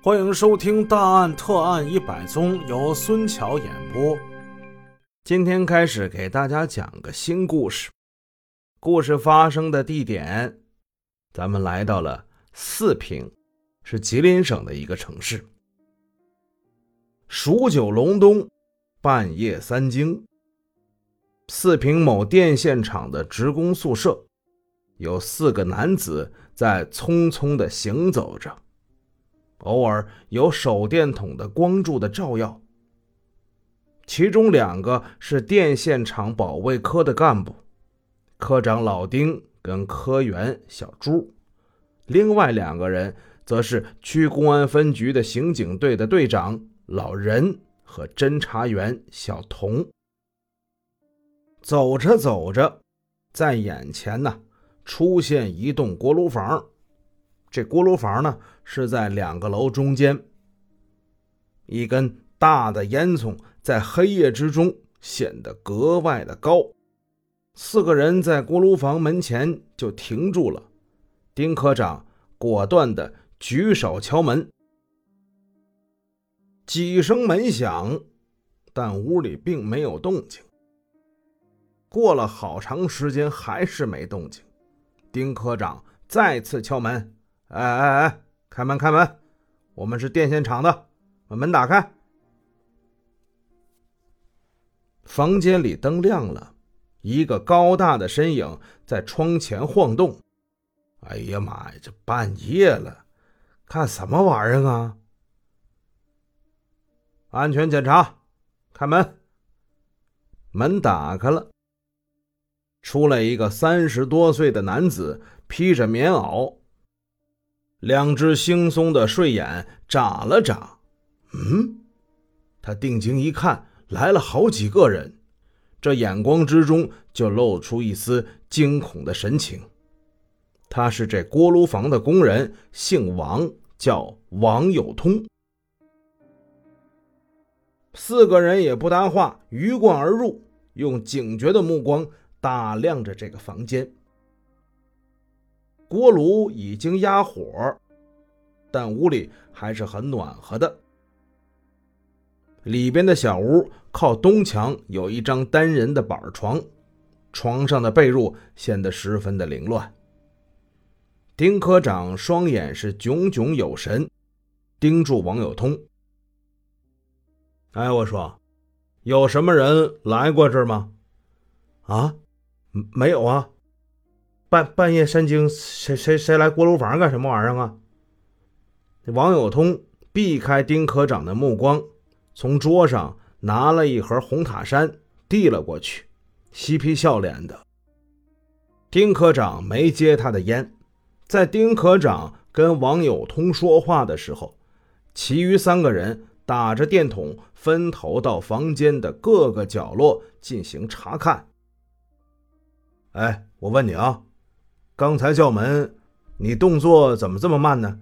欢迎收听《大案特案一百宗》，由孙桥演播。今天开始给大家讲个新故事。故事发生的地点，咱们来到了四平，是吉林省的一个城市。数九隆冬，半夜三更，四平某电线厂的职工宿舍，有4个男子在匆匆地行走着，偶尔有手电筒的光柱的照耀。其中2个是电线厂保卫科的干部，科长老丁跟科员小朱，另外2个人则是区公安分局的刑警队的队长老任和侦查员小童。走着走着，在眼前出现一栋锅炉房。这锅炉房是在2个楼中间，一根大的烟囱在黑夜之中显得格外的高。4个人在锅炉房门前就停住了。丁科长果断地举手敲门，几声门响，但屋里并没有动静。过了好长时间还是没动静，丁科长再次敲门，开门开门，我们是电线厂的，把门打开。房间里灯亮了，一个高大的身影在窗前晃动。哎呀妈呀，这半夜了，干什么玩意儿啊？安全检查，开门。门打开了，出来一个30多岁的男子，披着棉袄，2只惺忪的睡眼眨了眨。他定睛一看，来了好几个人，这眼光之中就露出一丝惊恐的神情。他是这锅炉房的工人，姓王，叫王有通。4个人也不搭话，鱼贯而入，用警觉的目光打量着这个房间。锅炉已经压火，但屋里还是很暖和的。里边的小屋靠东墙有一张单人的板床，床上的被褥显得十分的凌乱。丁科长双眼是炯炯有神，盯住王有通。我说，有什么人来过这儿吗？没有啊。半夜三更，谁来锅炉房干什么玩意儿啊？王有通避开丁科长的目光，从桌上拿了一盒红塔山递了过去，嬉皮笑脸的。丁科长没接他的烟。在丁科长跟王有通说话的时候，其余3个人打着电筒分头到房间的各个角落进行查看。我问你啊，刚才叫门，你动作怎么这么慢呢？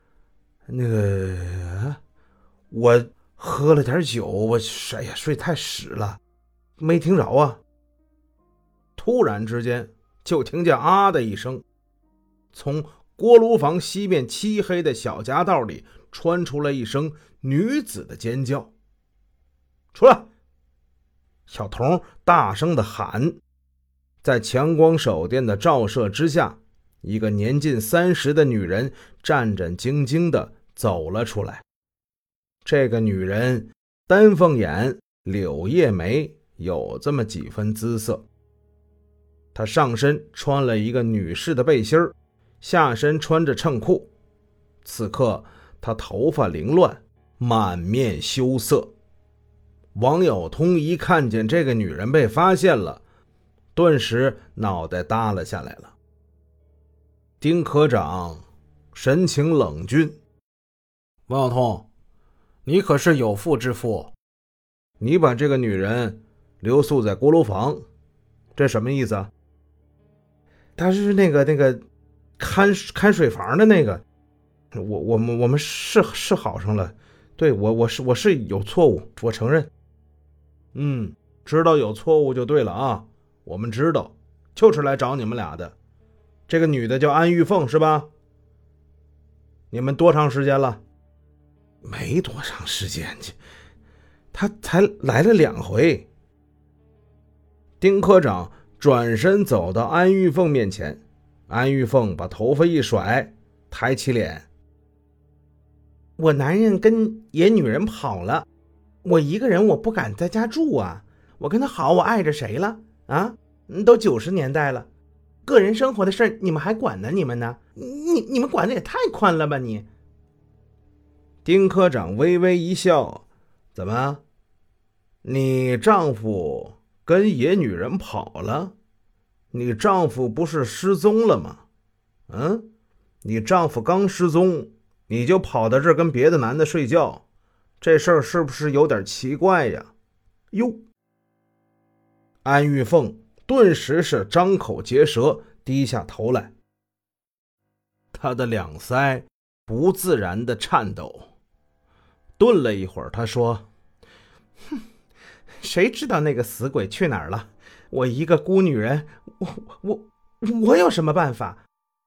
我喝了点酒，我睡太死了，没听着啊。突然之间就听见啊的一声，从锅炉房西边漆黑的小夹道里传出了一声女子的尖叫。出来！小童大声地喊。在强光手电的照射之下，一个年近30的女人战战兢兢地走了出来。这个女人丹凤眼，柳叶眉，有这么几分姿色。她上身穿了一个女士的背心，下身穿着衬裤。此刻她头发凌乱，满面羞涩。王有通一看见这个女人被发现了，顿时脑袋耷了下来了。丁科长神情冷峻。王有通，你可是有妇之夫，你把这个女人留宿在锅炉房，这什么意思啊？他是那个看水房的那个，我们是好上了，对，我是有错误，我承认。知道有错误就对了啊，我们知道，就是来找你们俩的。这个女的叫安玉凤是吧？你们多长时间了？ 没多长时间，他才来了2回。丁科长转身走到安玉凤面前，安玉凤把头发一甩，抬起脸：我男人跟野女人跑了，我一个人我不敢在家住啊，我跟他好，我碍着谁了啊？都90年代了，个人生活的事你们还管呢？你们呢？你们管的也太宽了吧你。丁科长微微一笑：怎么，你丈夫跟野女人跑了？你丈夫不是失踪了吗？你丈夫刚失踪，你就跑到这儿跟别的男的睡觉，这事儿是不是有点奇怪呀？哟！安玉凤顿时是张口结舌，低下头来，她的两腮不自然的颤抖。顿了一会儿，她说：谁知道那个死鬼去哪儿了？我一个孤女人，我有什么办法？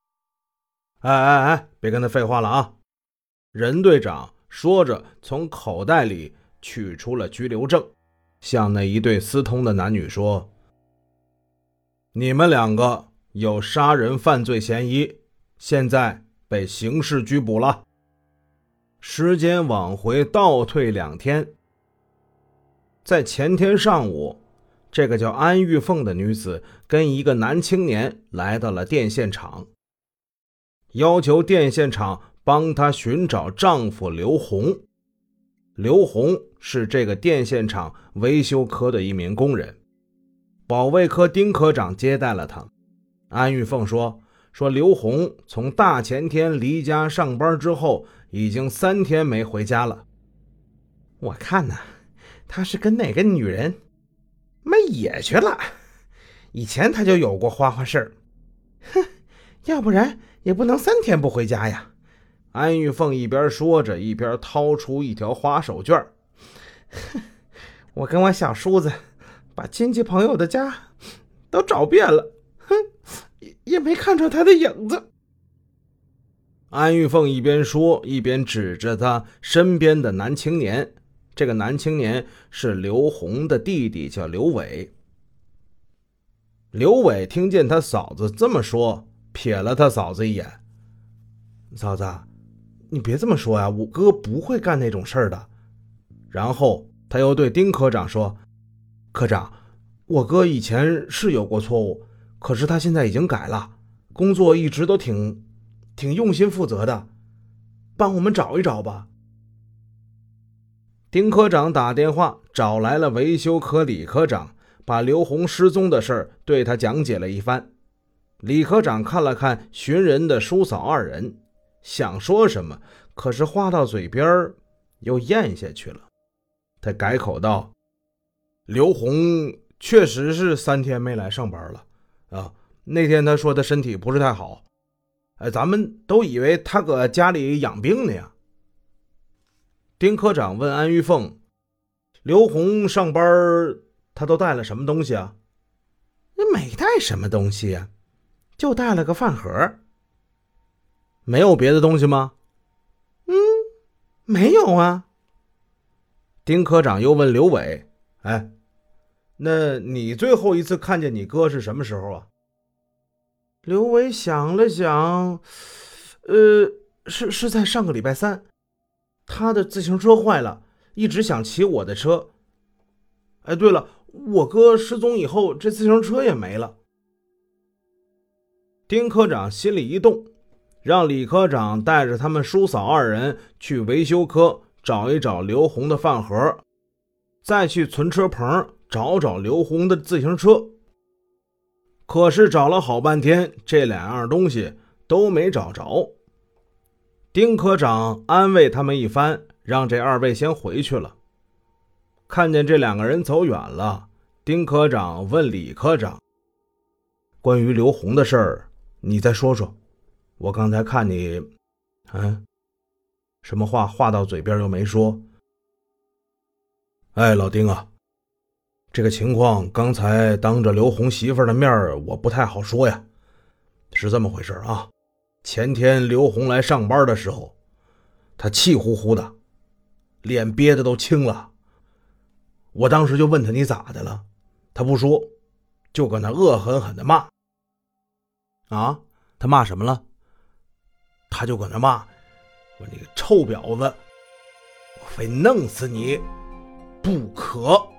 别跟他废话了啊！任队长说着，从口袋里取出了拘留证，向那一对私通的男女说：你们2个有杀人犯罪嫌疑，现在被刑事拘捕了。时间往回倒退2天，在前天上午，这个叫安玉凤的女子跟一个男青年来到了电线厂，要求电线厂帮她寻找丈夫刘红。刘红是这个电线厂维修科的一名工人，保卫科丁科长接待了他。安玉凤说刘红从大前天离家上班之后，已经3天没回家了。我看呐，他是跟哪个女人卖野去了，以前他就有过花花事儿。要不然也不能3天不回家呀。安玉凤一边说着，一边掏出一条花手绢。我跟我小叔子把亲戚朋友的家都找遍了，也没看着他的影子。安玉凤一边说，一边指着他身边的男青年。这个男青年是刘红的弟弟，叫刘伟。刘伟听见他嫂子这么说，瞥了他嫂子一眼：嫂子，你别这么说呀，我哥不会干那种事儿的。然后他又对丁科长说：科长，我哥以前是有过错误，可是他现在已经改了，工作一直都挺用心负责的，帮我们找一找吧。丁科长打电话找来了维修科李科长，把刘红失踪的事对他讲解了一番。李科长看了看寻人的叔嫂2人，想说什么，可是话到嘴边又咽下去了。他改口道：刘红确实是3天没来上班了啊，那天他说他身体不是太好，咱们都以为他搁家里养病呢呀。丁科长问安玉凤：刘红上班他都带了什么东西啊？没带什么东西呀，就带了个饭盒。没有别的东西吗？没有啊。丁科长又问刘伟：那你最后一次看见你哥是什么时候啊？刘伟想了想，是在上个礼拜3，他的自行车坏了，一直想骑我的车。对了，我哥失踪以后，这自行车也没了。丁科长心里一动，让李科长带着他们叔嫂2人去维修科找一找刘红的饭盒，再去存车棚找找刘红的自行车。可是找了好半天，这2样东西都没找着。丁科长安慰他们一番，让这2位先回去了。看见这2个人走远了，丁科长问李科长：关于刘红的事儿，你再说说，我刚才看你什么话到嘴边又没说。老丁啊，这个情况刚才当着刘红媳妇的面我不太好说呀。是这么回事啊，前天刘红来上班的时候，他气呼呼的脸憋得都青了。我当时就问他你咋的了，他不说，就搁那恶狠狠地骂。 啊，他骂什么了？ 他就搁那骂我那个臭婊子，我非弄死你不可。